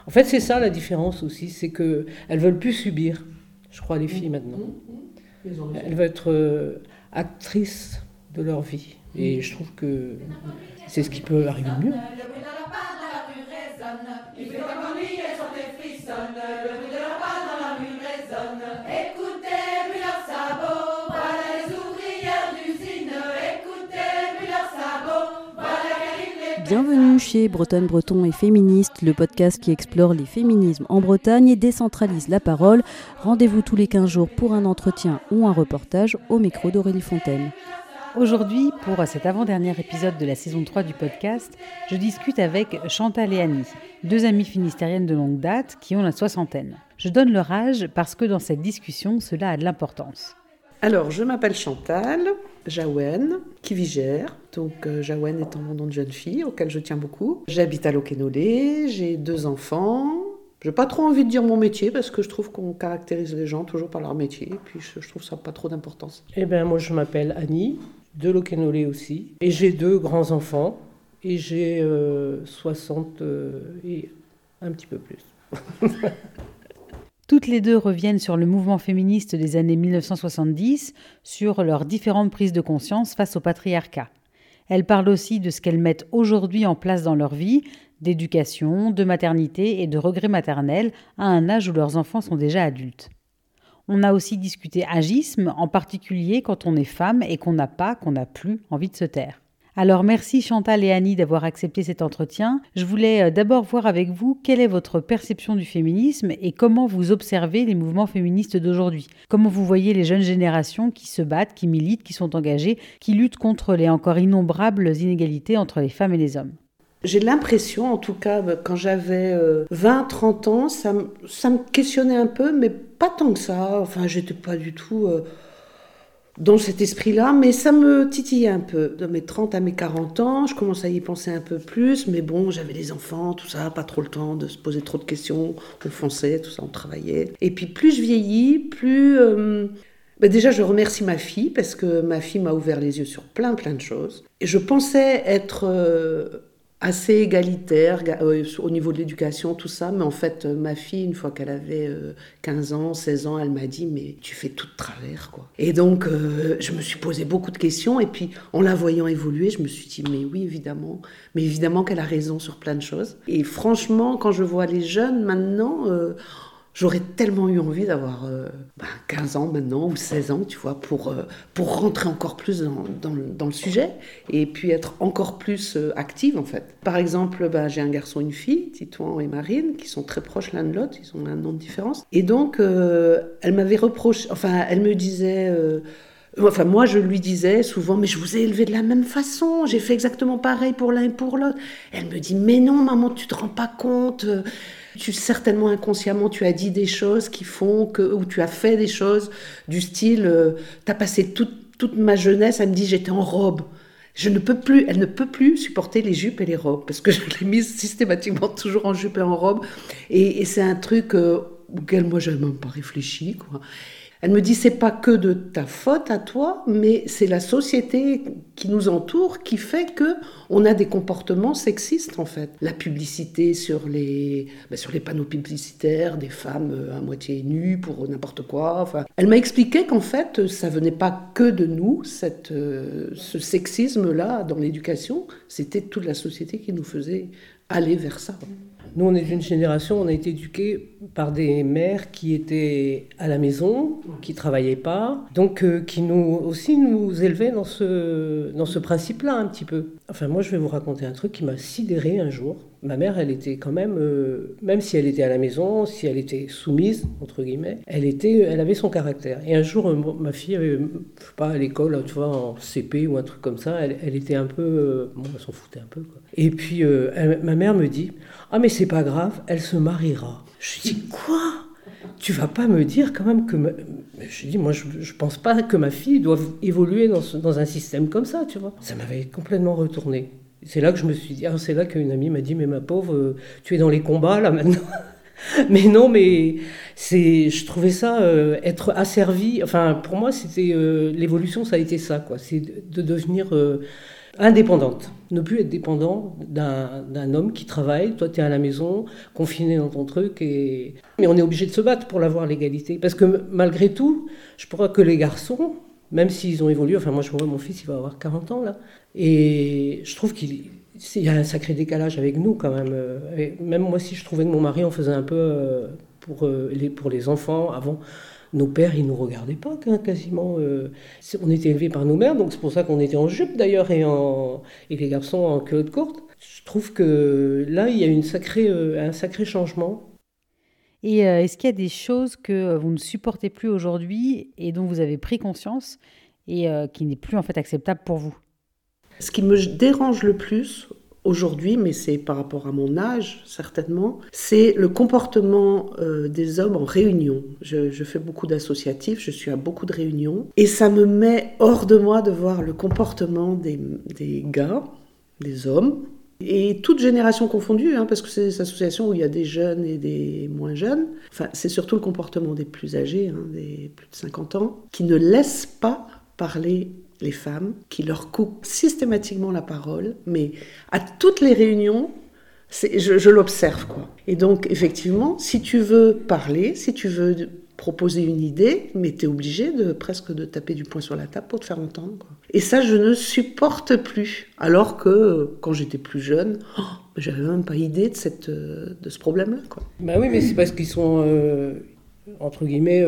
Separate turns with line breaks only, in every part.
En fait, c'est ça la différence aussi, c'est qu'elles veulent plus subir, je crois, les filles maintenant. Elles veulent être actrices de leur vie. Et je trouve que c'est ce qui peut arriver de mieux.
Bienvenue chez Bretonne Breton et Féministes, le podcast qui explore les féminismes en Bretagne et décentralise la parole. Rendez-vous tous les 15 jours pour un entretien ou un reportage au micro d'Aurélie Fontaine. Aujourd'hui, pour cet avant-dernier épisode de la saison 3 du podcast, je discute avec Chantal et Annie, deux amies finistériennes de longue date qui ont la soixantaine. Je donne leur âge parce que dans cette discussion, cela a de l'importance.
Alors, je m'appelle Chantal Jaouen, Kivigère. Donc, Jaouen étant mon nom de jeune fille, auquel je tiens beaucoup. J'habite à Locquenolé, j'ai 2 enfants. J'ai pas trop envie de dire mon métier, parce que je trouve qu'on caractérise les gens toujours par leur métier. Et puis, je trouve ça pas trop d'importance.
Eh bien, moi, je m'appelle Annie, de Locquenolé aussi. Et j'ai 2 grands-enfants. Et j'ai 60 et un petit peu plus.
Toutes les deux reviennent sur le mouvement féministe des années 1970, sur leurs différentes prises de conscience face au patriarcat. Elles parlent aussi de ce qu'elles mettent aujourd'hui en place dans leur vie, d'éducation, de maternité et de regrets maternels à un âge où leurs enfants sont déjà adultes. On a aussi discuté agisme, en particulier quand on est femme et qu'on n'a plus envie de se taire. Alors merci Chantal et Annie d'avoir accepté cet entretien. Je voulais d'abord voir avec vous quelle est votre perception du féminisme et comment vous observez les mouvements féministes d'aujourd'hui. Comment vous voyez les jeunes générations qui se battent, qui militent, qui sont engagées, qui luttent contre les encore innombrables inégalités entre les femmes et les hommes.
J'ai l'impression, en tout cas, quand j'avais 20-30 ans, ça me questionnait un peu, mais pas tant que ça. Enfin, j'étais pas du tout dans cet esprit-là, mais ça me titillait un peu. De mes 30 à mes 40 ans, je commençais à y penser un peu plus, mais bon, j'avais des enfants, tout ça, pas trop le temps de se poser trop de questions, on fonçait, tout ça, on travaillait. Et puis plus je vieillis, plus... déjà, je remercie ma fille, parce que ma fille m'a ouvert les yeux sur plein de choses. Et je pensais être assez égalitaire au niveau de l'éducation, tout ça, mais en fait, ma fille, une fois qu'elle avait 15 ans, 16 ans, elle m'a dit « mais tu fais tout de travers, quoi ». Et donc, je me suis posé beaucoup de questions, et puis, en la voyant évoluer, je me suis dit « mais oui, évidemment qu'elle a raison sur plein de choses ». Et franchement, quand je vois les jeunes maintenant... J'aurais tellement eu envie d'avoir 15 ans maintenant, ou 16 ans, tu vois, pour rentrer encore plus dans le sujet, et puis être encore plus active, en fait. Par exemple, j'ai un garçon et une fille, Titouan et Marine, qui sont très proches l'un de l'autre, ils ont un an de différence. Et donc, elle m'avait reproché, elle me disait... moi, je lui disais souvent, mais je vous ai élevé de la même façon, j'ai fait exactement pareil pour l'un et pour l'autre. Elle me dit, mais non, maman, tu te rends pas compte... certainement inconsciemment, tu as dit des choses qui font que, ou tu as fait des choses du style, t'as passé toute ma jeunesse, elle me dit j'étais en robe. Elle ne peut plus supporter les jupes et les robes, parce que je l'ai mise systématiquement toujours en jupe et en robe. Et c'est un truc auquel moi je n'avais même pas réfléchi, quoi. Elle me dit, c'est pas que de ta faute à toi, mais c'est la société qui nous entoure qui fait que on a des comportements sexistes, en fait. La publicité sur les panneaux publicitaires, des femmes à moitié nues pour n'importe quoi. Enfin, elle m'a expliqué qu'en fait, ça venait pas que de nous, ce sexisme-là dans l'éducation. C'était toute la société qui nous faisait aller vers ça.
Nous, on est d'une génération, on a été éduqués par des mères qui étaient à la maison, qui ne travaillaient pas, donc qui nous élevaient dans ce principe-là un petit peu. Enfin, moi, je vais vous raconter un truc qui m'a sidérée un jour. Ma mère, elle était quand même, même si elle était à la maison, si elle était soumise, entre guillemets, elle avait son caractère. Et un jour, ma fille avait, je sais pas, à l'école, tu vois, en CP ou un truc comme ça, elle était un peu... elle s'en foutait un peu, quoi. Et puis, ma mère me dit, « Ah, mais c'est pas grave, elle se mariera. » Je dis, « Quoi ? Tu vas pas me dire quand même que... » Je dis, moi, je pense pas que ma fille doive évoluer dans un système comme ça, tu vois. Ça m'avait complètement retourné. C'est là que je me suis dit, c'est là qu'une amie m'a dit, mais ma pauvre, tu es dans les combats là maintenant. Mais non, mais je trouvais ça être asservi. Enfin, pour moi, c'était l'évolution, ça a été ça, quoi. C'est de devenir indépendante. Ne plus être dépendant d'un homme qui travaille, toi tu es à la maison, confiné dans ton truc, mais on est obligé de se battre pour l'avoir l'égalité. Parce que malgré tout, je crois que les garçons, même s'ils ont évolué, enfin moi je vois mon fils, il va avoir 40 ans là, et je trouve qu'il y a un sacré décalage avec nous quand même. Et même moi si je trouvais que mon mari en faisait un peu pour les enfants avant. Nos pères, ils ne nous regardaient pas quasiment. On était élevés par nos mères, donc c'est pour ça qu'on était en jupe d'ailleurs et les garçons en culotte courte. Je trouve que là, il y a un sacré changement.
Et est-ce qu'il y a des choses que vous ne supportez plus aujourd'hui et dont vous avez pris conscience et qui n'est plus en fait acceptable pour vous ?
Ce qui me dérange le plus aujourd'hui, mais c'est par rapport à mon âge, certainement, c'est le comportement des hommes en réunion. Je fais beaucoup d'associatifs, je suis à beaucoup de réunions, et ça me met hors de moi de voir le comportement des gars, des hommes, et toutes générations confondues, parce que c'est des associations où il y a des jeunes et des moins jeunes. Enfin, c'est surtout le comportement des plus âgés, des plus de 50 ans, qui ne laissent pas parler les femmes, qui leur coupent systématiquement la parole, mais à toutes les réunions, je l'observe, quoi. Et donc, effectivement, si tu veux parler, si tu veux proposer une idée, mais t'es obligé presque de taper du poing sur la table pour te faire entendre, quoi. Et ça, je ne supporte plus. Alors que, quand j'étais plus jeune, j'avais même pas idée de ce problème-là, quoi.
Bah oui, mais c'est parce qu'ils sont... entre guillemets,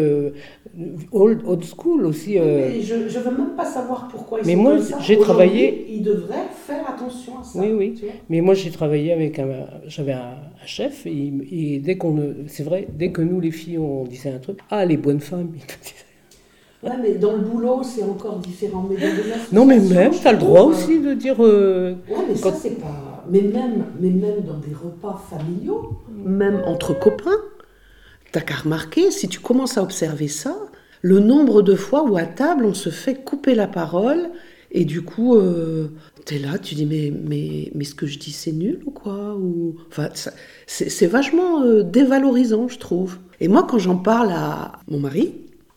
old school aussi.
Mais je ne veux même pas savoir pourquoi ils
mais
sont
moi,
comme ça.
J'ai travaillé...
Ils devraient faire attention à ça.
Oui. Mais moi, j'ai travaillé avec j'avais un chef, et dès c'est vrai, dès que nous, les filles, on disait un truc, les bonnes femmes, ils te disaient...
Ouais, mais dans le boulot, c'est encore différent. Mais
non, mais même, tu as le droit aussi de dire...
Ouais, mais ça, c'est pas... Mais même dans des repas familiaux, même entre copains, t'as qu'à remarquer, si tu commences à observer ça, le nombre de fois où à table, on se fait couper la parole, et du coup, t'es là, tu dis, mais ce que je dis, c'est nul ou quoi ? Enfin, c'est vachement dévalorisant, je trouve. Et moi, quand j'en parle à mon mari,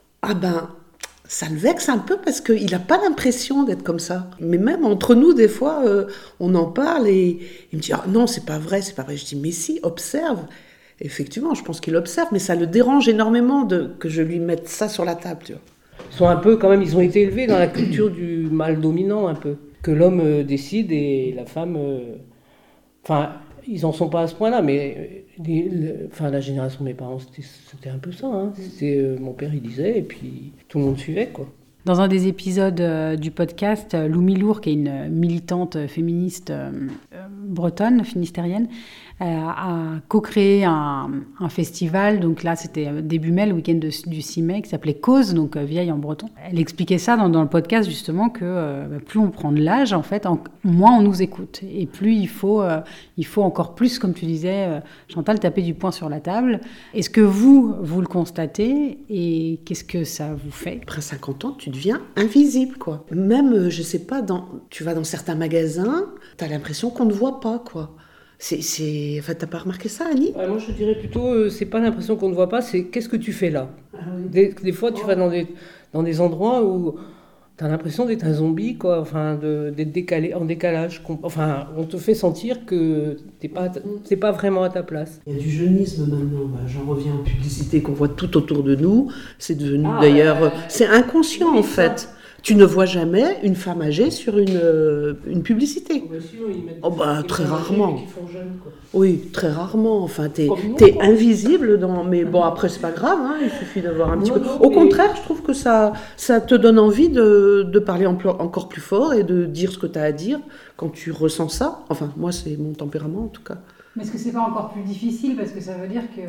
ça le vexe un peu parce qu'il n'a pas l'impression d'être comme ça. Mais même entre nous, des fois, on en parle et il me dit « non, c'est pas vrai. » Je dis « mais si, observe. » Effectivement, je pense qu'il observe, mais ça le dérange énormément que je lui mette ça sur la table, tu vois.
Ils sont un peu, quand même, ils ont été élevés dans la culture du mâle dominant, un peu. Que l'homme décide et la femme... Enfin, ils n'en sont pas à ce point-là, mais la génération de mes parents, c'était un peu ça. Mon père, il disait, et puis tout le monde suivait, quoi.
Dans un des épisodes du podcast, Lou Milour, qui est une militante féministe bretonne, finistérienne, a co-créé un festival. Donc là, c'était début mai, le week-end du 6 mai, qui s'appelait Cause, donc vieille en breton. Elle expliquait ça dans le podcast, justement, que plus on prend de l'âge, en fait, moins on nous écoute. Et plus il faut encore plus, comme tu disais, Chantal, taper du poing sur la table. Est-ce que vous le constatez et qu'est-ce que ça vous fait ?
Après 50 ans, tu deviens invisible, quoi. Même, je sais pas, tu vas dans certains magasins, t'as l'impression qu'on ne voit pas, quoi. Enfin, t'as pas remarqué ça, Annie ?
Moi, je dirais plutôt, c'est pas l'impression qu'on ne voit pas, c'est qu'est-ce que tu fais là ? Oui. Des fois, tu vas dans des endroits où t'as l'impression d'être un zombie, quoi. Enfin, d'être décalé, en décalage. Enfin, on te fait sentir que t'es pas vraiment à ta place.
Il y a du jeunisme maintenant. J'en reviens aux publicités qu'on voit tout autour de nous. C'est devenu d'ailleurs, c'est inconscient en fait. Ça. Tu ne vois jamais une femme âgée sur une publicité. Très rarement. Oui, très rarement. Enfin, t'es invisible mais bon, après c'est pas grave. Il suffit d'avoir un petit peu. Au contraire, je trouve que ça te donne envie de parler encore plus fort et de dire ce que tu as à dire quand tu ressens ça. Enfin, moi, c'est mon tempérament en tout cas.
Mais est-ce que c'est pas encore plus difficile parce que ça veut dire que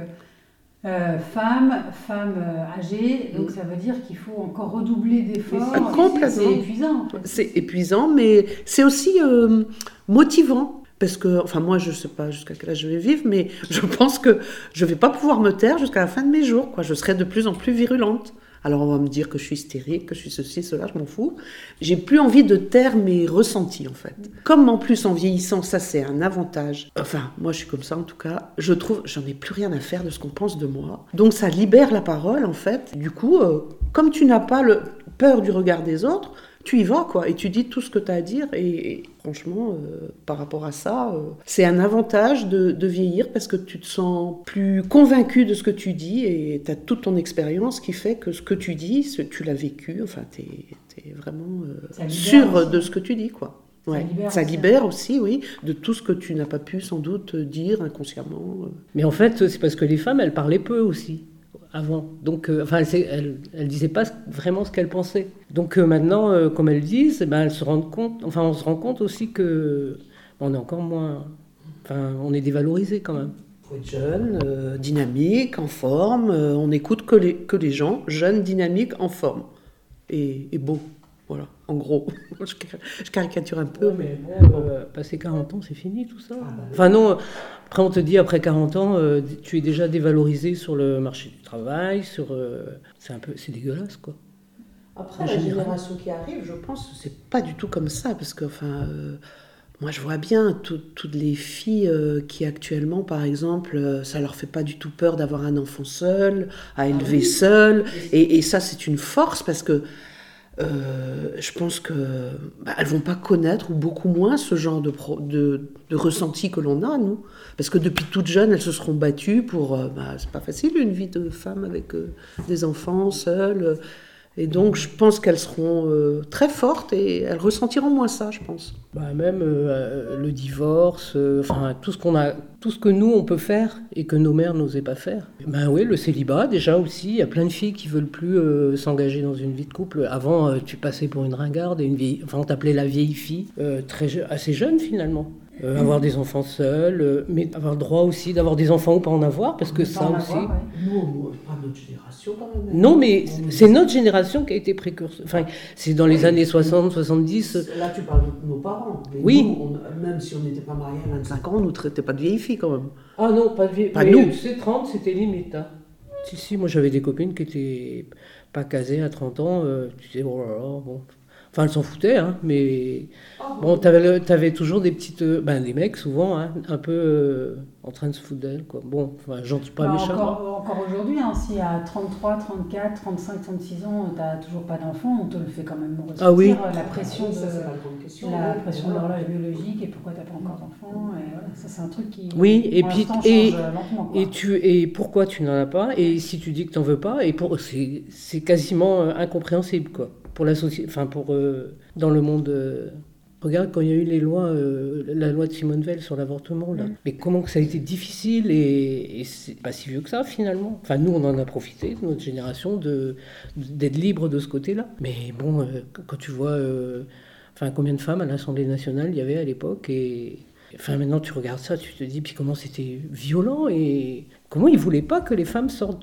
femme âgée, donc ça veut dire qu'il faut encore redoubler d'efforts.
Complètement.
C'est épuisant. En fait.
C'est épuisant, mais c'est aussi motivant. Parce que, enfin moi je sais pas jusqu'à quel âge je vais vivre, mais je pense que je vais pas pouvoir me taire jusqu'à la fin de mes jours, quoi. Je serai de plus en plus virulente. Alors on va me dire que je suis hystérique, que je suis ceci, cela, je m'en fous. J'ai plus envie de taire mes ressentis en fait. Comme en plus en vieillissant, ça c'est un avantage. Enfin, moi je suis comme ça en tout cas. Je trouve, j'en ai plus rien à faire de ce qu'on pense de moi. Donc ça libère la parole en fait. Du coup, comme tu n'as pas peur du regard des autres, tu y vas, quoi, et tu dis tout ce que tu as à dire. Et franchement, par rapport à ça, c'est un avantage de vieillir parce que tu te sens plus convaincu de ce que tu dis et tu as toute ton expérience qui fait que ce que tu dis, tu l'as vécu, enfin, tu es vraiment sûr de ce que tu dis, quoi. Ouais. Ça libère aussi, oui, de tout ce que tu n'as pas pu sans doute dire inconsciemment.
Mais en fait, c'est parce que les femmes, elles parlaient peu aussi avant. Donc, elles disaient pas vraiment ce qu'elles pensaient. Donc maintenant, comme elles disent, elles se rendent compte. Enfin, on se rend compte aussi que on est encore moins. Enfin, on est dévalorisé quand même.
Il faut être jeune, dynamique, en forme. On n'écoute que les gens jeunes, dynamiques, en forme et beaux. Voilà, en gros, je caricature un peu.
Ouais, mais bon, passer 40 ans, c'est fini tout ça. Enfin non, après on te dit, après 40 ans, tu es déjà dévalorisé sur le marché du travail, c'est dégueulasse, quoi.
Après, la génération qui arrive, je pense que c'est pas du tout comme ça, parce que, moi je vois bien toutes les filles qui actuellement, par exemple, ça leur fait pas du tout peur d'avoir un enfant seul, à élever seul, et ça c'est une force, parce que je pense que elles vont pas connaître, ou beaucoup moins, ce genre de ressenti que l'on a, nous. Parce que depuis toutes jeunes, elles se seront battues pour... c'est pas facile, une vie de femme avec des enfants, seule. Et donc, je pense qu'elles seront très fortes et elles ressentiront moins ça, je pense.
Même le divorce, tout ce que nous, on peut faire et que nos mères n'osaient pas faire. Oui, le célibat, déjà aussi. Il y a plein de filles qui veulent plus s'engager dans une vie de couple. Avant, tu passais pour une ringarde, on t'appelait la vieille fille, assez jeune finalement. Avoir des enfants seuls, mais avoir le droit aussi d'avoir des enfants ou pas en avoir, parce que ça aussi...
Nous, pas notre génération quand même.
Non, mais c'est notre génération qui a été précurseur. Enfin, c'est dans les années 60, 70...
Là, tu parles de nos parents. Mais
oui.
Nous, même si on n'était pas mariés à 25 ans, on ne nous traitait pas de vieilles filles quand même.
Ah non, pas de vieilles filles.
Pas nous.
Tu sais, 30, c'était limite. Hein. Si, moi j'avais des copines qui étaient pas casées à 30 ans. Tu sais, oh là là, bon... Enfin, elles s'en foutaient, hein, mais bon, t'avais toujours des petites, des mecs souvent, hein, un peu en train de se foutre d'elles, quoi. Bon, gentil, pas méchant.
Encore aujourd'hui, hein, si à 33, 34, 35, 36 ans, t'as toujours pas d'enfant, on te le fait quand même ressentir.
Ah oui.
La pression de l'horloge biologique et pourquoi t'as pas encore d'enfant. Et voilà, ça c'est un truc qui.
Oui, et puis
lentement,
et pourquoi tu n'en as pas, et si tu dis que t'en veux pas, c'est quasiment incompréhensible, quoi. Pour la société, dans le monde. Regarde quand il y a eu les lois, la loi de Simone Veil sur l'avortement, là. Mais comment que ça a été difficile et c'est pas si vieux que ça finalement. Enfin, nous on en a profité, notre génération, d'être libre de ce côté-là. Mais bon, quand tu vois, combien de femmes à l'Assemblée nationale il y avait à l'époque et. Maintenant, tu regardes ça, tu te dis, puis comment c'était violent et comment ils voulaient pas que les femmes sortent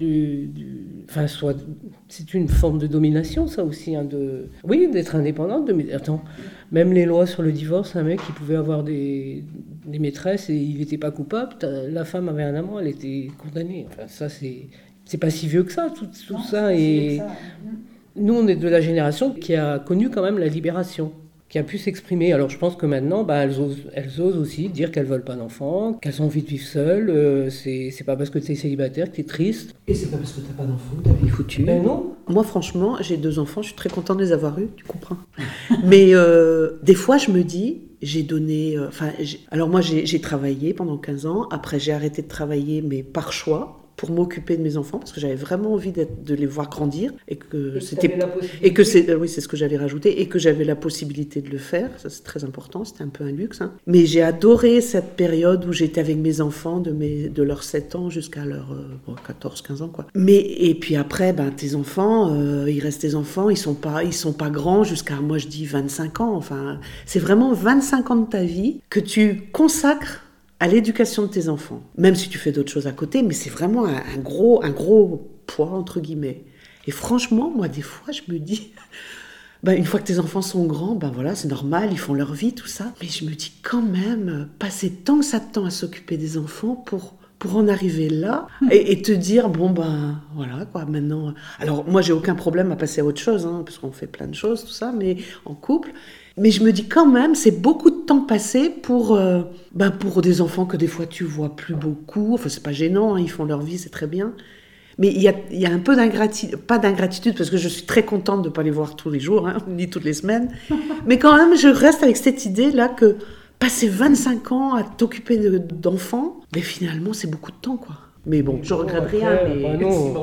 c'est une forme de domination, ça aussi, hein, d'être indépendante. Attends, même les lois sur le divorce, un mec, il pouvait avoir des maîtresses et il n'était pas coupable. La femme avait un amant, elle était condamnée. Enfin, ça, c'est pas si vieux que ça, tout ça. Et nous, on est de la génération qui a connu quand même la libération, qui a pu s'exprimer. Alors je pense que maintenant, elles osent aussi dire qu'elles veulent pas d'enfants, qu'elles ont envie de vivre seules. C'est pas parce que tu es célibataire que tu es triste.
Et c'est pas parce que tu n'as pas d'enfants que ta vie est foutue.
Ben non.
Moi, franchement, j'ai 2 enfants, je suis très contente de les avoir eus, tu comprends. Mais des fois, je me dis, j'ai donné... alors moi, j'ai travaillé pendant 15 ans. Après, j'ai arrêté de travailler, mais par choix, pour m'occuper de mes enfants, parce que j'avais vraiment envie de les voir grandir et que oui, c'est ce que j'allais rajouter, et que j'avais la possibilité de le faire. Ça, c'est très important, c'était un peu un luxe, hein. Mais j'ai adoré cette période où j'étais avec mes enfants de leurs 7 ans jusqu'à leurs 14-15 ans, quoi. Et puis après, tes enfants, ils restent tes enfants, ils sont pas grands jusqu'à, moi je dis 25 ans. Enfin, c'est vraiment 25 ans de ta vie que tu consacres à l'éducation de tes enfants, même si tu fais d'autres choses à côté, mais c'est vraiment un gros poids, entre guillemets. Et franchement, moi, des fois, je me dis, une fois que tes enfants sont grands, voilà, c'est normal, ils font leur vie, tout ça, mais je me dis quand même, passer tant que ça de temps à s'occuper des enfants pour en arriver là, et te dire, voilà, quoi, maintenant... Alors, moi, j'ai aucun problème à passer à autre chose, hein, parce qu'on fait plein de choses, tout ça, mais en couple... Mais je me dis quand même, c'est beaucoup de temps passé pour des enfants que des fois tu vois plus beaucoup. Enfin, c'est pas gênant, hein, ils font leur vie, c'est très bien. Mais il y a un peu d'ingratitude, pas d'ingratitude, parce que je suis très contente de ne pas les voir tous les jours, ni toutes les semaines. Mais quand même, je reste avec cette idée-là que passer 25 ans à t'occuper d'enfants, mais finalement, c'est beaucoup de temps, quoi. Mais bon, je regrette rien, mais...
non.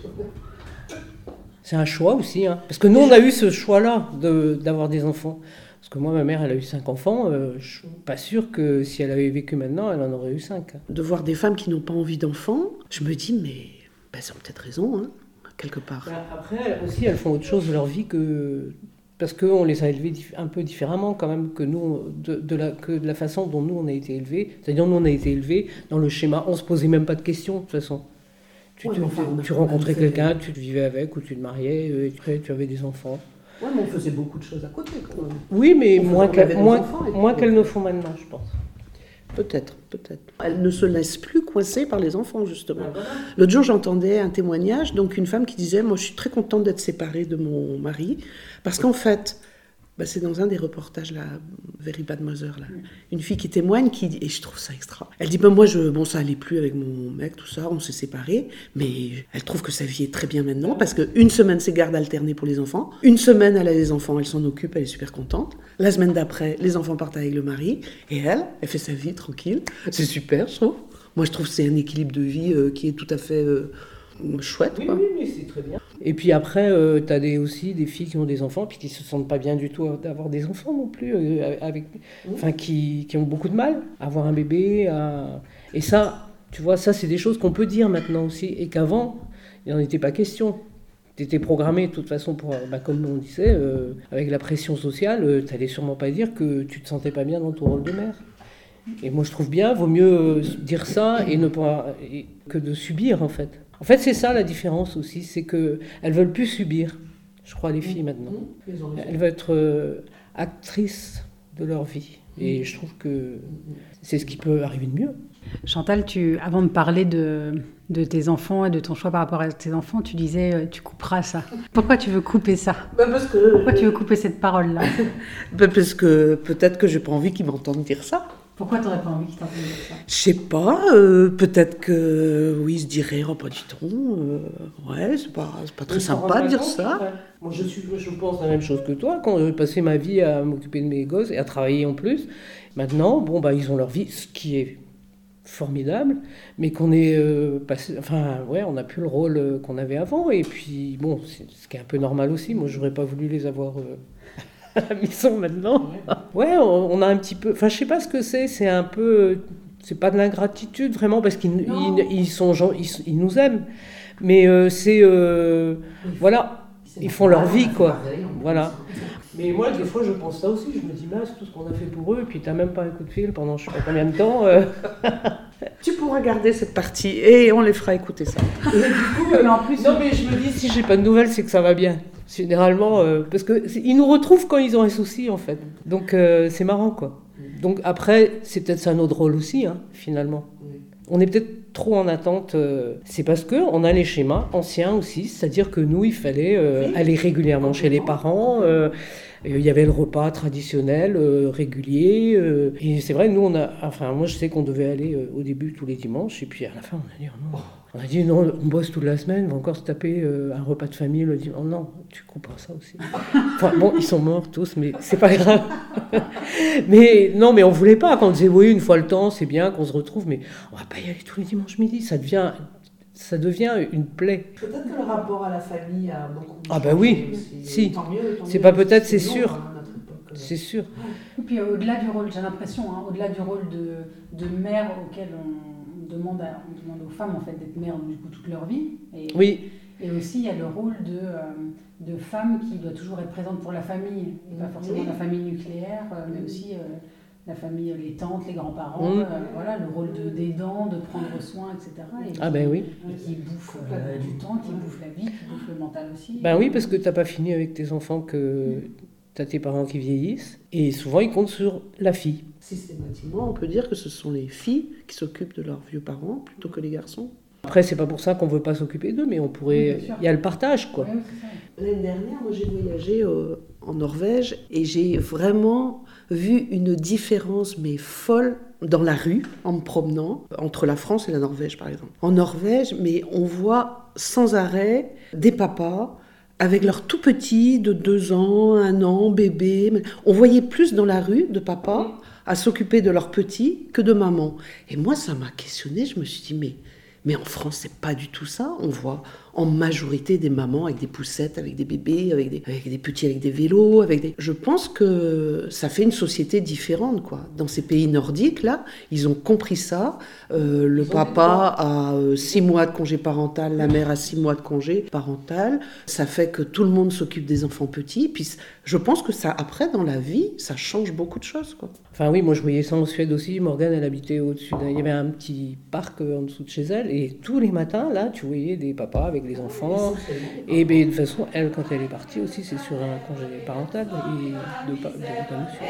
C'est un choix aussi, parce que nous, on a eu ce choix-là d'avoir des enfants. Parce que moi, ma mère, elle a eu 5 enfants. Je ne suis pas sûre que si elle avait vécu maintenant, elle en aurait eu 5.
De voir des femmes qui n'ont pas envie d'enfants, je me dis, mais elles ont peut-être raison, quelque part.
Après, aussi, elles font autre chose de leur vie parce qu'on les a élevées un peu différemment quand même que nous, que de la façon dont nous, on a été élevés. C'est-à-dire, nous, on a été élevés dans le schéma, on ne se posait même pas de questions, de toute façon. Tu rencontrais quelqu'un, tu te vivais avec, ou tu te mariais, et tu avais des enfants.
Oui, mais on faisait beaucoup de choses à côté, quand même.
Oui, mais moins qu'elles ne font maintenant, je pense.
Peut-être. Elles ne se laissent plus coincer par les enfants, justement. L'autre jour, j'entendais un témoignage, donc une femme qui disait « Moi, je suis très contente d'être séparée de mon mari, parce qu'en fait, c'est dans un des reportages, là, Very Bad Mother, là, une fille qui témoigne, et je trouve ça extra. Elle dit moi, ça allait plus avec mon mec, tout ça, on s'est séparés, mais elle trouve que sa vie est très bien maintenant, parce qu'une semaine, c'est garde alternée pour les enfants. Une semaine, elle a les enfants, elle s'en occupe, elle est super contente. La semaine d'après, les enfants partent avec le mari, et elle fait sa vie tranquille. C'est super, je trouve. Moi, je trouve que c'est un équilibre de vie qui est tout à fait chouette, quoi.
Oui, c'est très bien. Et puis après, tu as aussi des filles qui ont des enfants, puis qui ne se sentent pas bien du tout d'avoir des enfants non plus, qui ont beaucoup de mal à avoir un bébé. Et ça, tu vois, ça, c'est des choses qu'on peut dire maintenant aussi, et qu'avant, il n'en était pas question. Tu étais programmé de toute façon pour, comme on disait, avec la pression sociale, tu n'allais sûrement pas dire que tu ne te sentais pas bien dans ton rôle de mère. Et moi, je trouve bien, vaut mieux dire ça que de subir, en fait. En fait, c'est ça la différence aussi, c'est qu'elles ne veulent plus subir, je crois, les filles maintenant. Elles veulent être actrices de leur vie. Et je trouve que c'est ce qui peut arriver de mieux.
Chantal, avant de parler de tes enfants et de ton choix par rapport à tes enfants, tu disais tu couperas ça. Pourquoi tu veux couper ça ? Pourquoi tu veux couper cette parole-là ?
Parce que peut-être que je n'ai pas envie qu'ils m'entendent dire ça.
Pourquoi tu n'aurais pas envie qu'ils t'entendent dire ça ?
Je sais pas, peut-être que oui, ils se diraient oh, pas du tout, c'est pas très sympa de dire ça.
Ouais. Moi, je pense la même chose que toi. Quand j'ai passé ma vie à m'occuper de mes gosses et à travailler en plus, maintenant, ils ont leur vie, ce qui est formidable, mais qu'on est passé, on n'a plus le rôle qu'on avait avant. Et puis, c'est ce qui est un peu normal aussi. Moi, j'aurais pas voulu les avoir à la maison maintenant. Ouais, on a un petit peu. Je sais pas ce que c'est un peu. C'est pas de l'ingratitude vraiment, parce qu'ils ils nous aiment. Mais voilà, ils font leur vie, quoi. Voilà. Mais moi, des fois, je pense ça aussi. Je me dis, c'est tout ce qu'on a fait pour eux, et puis t'as même pas un coup de fil pendant je sais pas combien de temps.
Tu pourras garder cette partie, et on les fera écouter ça.
Et du coup, en plus, non, mais je me dis, si j'ai pas de nouvelles, c'est que ça va bien. Généralement, parce qu'ils nous retrouvent quand ils ont un souci, en fait. Donc, c'est marrant, quoi. Donc, après, c'est peut-être ça notre rôle aussi, finalement. Oui. On est peut-être trop en attente. C'est parce qu'on a les schémas anciens aussi, c'est-à-dire que nous, il fallait aller régulièrement chez les parents. Il y avait le repas traditionnel, régulier. Et c'est vrai, nous, moi, je sais qu'on devait aller au début tous les dimanches. Et puis, à la fin, on a dit non, on bosse toute la semaine, on va encore se taper un repas de famille le dimanche. Non, tu comprends ça aussi. Ils sont morts tous, mais c'est pas grave. Mais on voulait pas. Quand on disait oui, une fois le temps, c'est bien qu'on se retrouve, mais on va pas y aller tous les dimanches midi. Ça devient une plaie.
Peut-être que le rapport à la famille a beaucoup changé.
Ah bah oui, si. Tant mieux, c'est pas peut-être, c'est sûr. C'est sûr.
Et puis au-delà du rôle, j'ai l'impression, au-delà du rôle de mère auquel on demande aux femmes en fait d'être mères du coup toute leur vie.
Oui.
Et aussi il y a le rôle de femme qui doit toujours être présente pour la famille, et pas forcément la famille nucléaire, mais aussi la famille, les tantes, les grands-parents, le rôle d'aidant, de prendre soin, etc. Qui bouffe du temps, qui bouffe la vie, qui bouffe le mental aussi.
Oui, parce que t'as pas fini avec tes enfants que t'as tes parents qui vieillissent, et souvent ils comptent sur la fille.
Systématiquement, on peut dire que ce sont les filles qui s'occupent de leurs vieux parents plutôt que les garçons.
Après, c'est pas pour ça qu'on veut pas s'occuper d'eux, mais on pourrait. Il y a le partage, quoi.
Oui, l'année dernière, moi, j'ai voyagé en Norvège et j'ai vraiment vu une différence, mais folle, dans la rue, en me promenant, entre la France et la Norvège, par exemple. En Norvège, mais on voit sans arrêt des papas avec leurs tout petits de 2 ans, 1 an, bébé. On voyait plus dans la rue de papas à s'occuper de leurs petits que de maman. Et moi, ça m'a questionnée. Je me suis dit, mais en France, c'est pas du tout ça. On voit en majorité des mamans avec des poussettes, avec des bébés, avec des petits avec des vélos. Je pense que ça fait une société différente, quoi. Dans ces pays nordiques, là, ils ont compris ça. Le papa a 6 mois de congé parental, la mère a 6 mois de congé parental. Ça fait que tout le monde s'occupe des enfants petits. Puis je pense que ça, après, dans la vie, ça change beaucoup de choses, quoi.
Enfin oui, moi je voyais ça en Suède aussi. Morgane, elle habitait au-dessus. Il y avait un petit parc en dessous de chez elle. Et tous les matins, là, tu voyais des papas avec les enfants. Et ben, de toute façon, elle, quand elle est partie aussi, c'est sur un congé parental et de pas monsieur.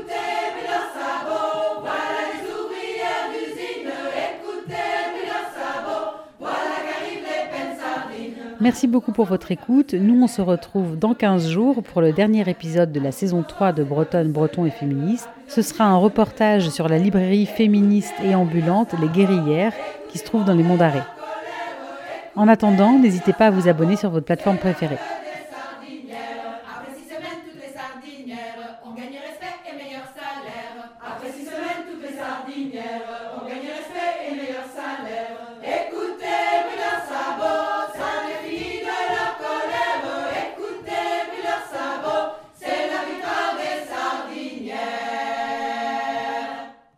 Merci beaucoup pour votre écoute. Nous, on se retrouve dans 15 jours pour le dernier épisode de la saison 3 de Bretonne, Breton et Féministe. Ce sera un reportage sur la librairie féministe et ambulante Les Guerrières qui se trouve dans les Monts d'Arrée. En attendant, n'hésitez pas à vous abonner sur votre plateforme préférée.
On gagne respect et meilleur salaire. Après 6 semaines, toutes les sardinières ont gagné respect.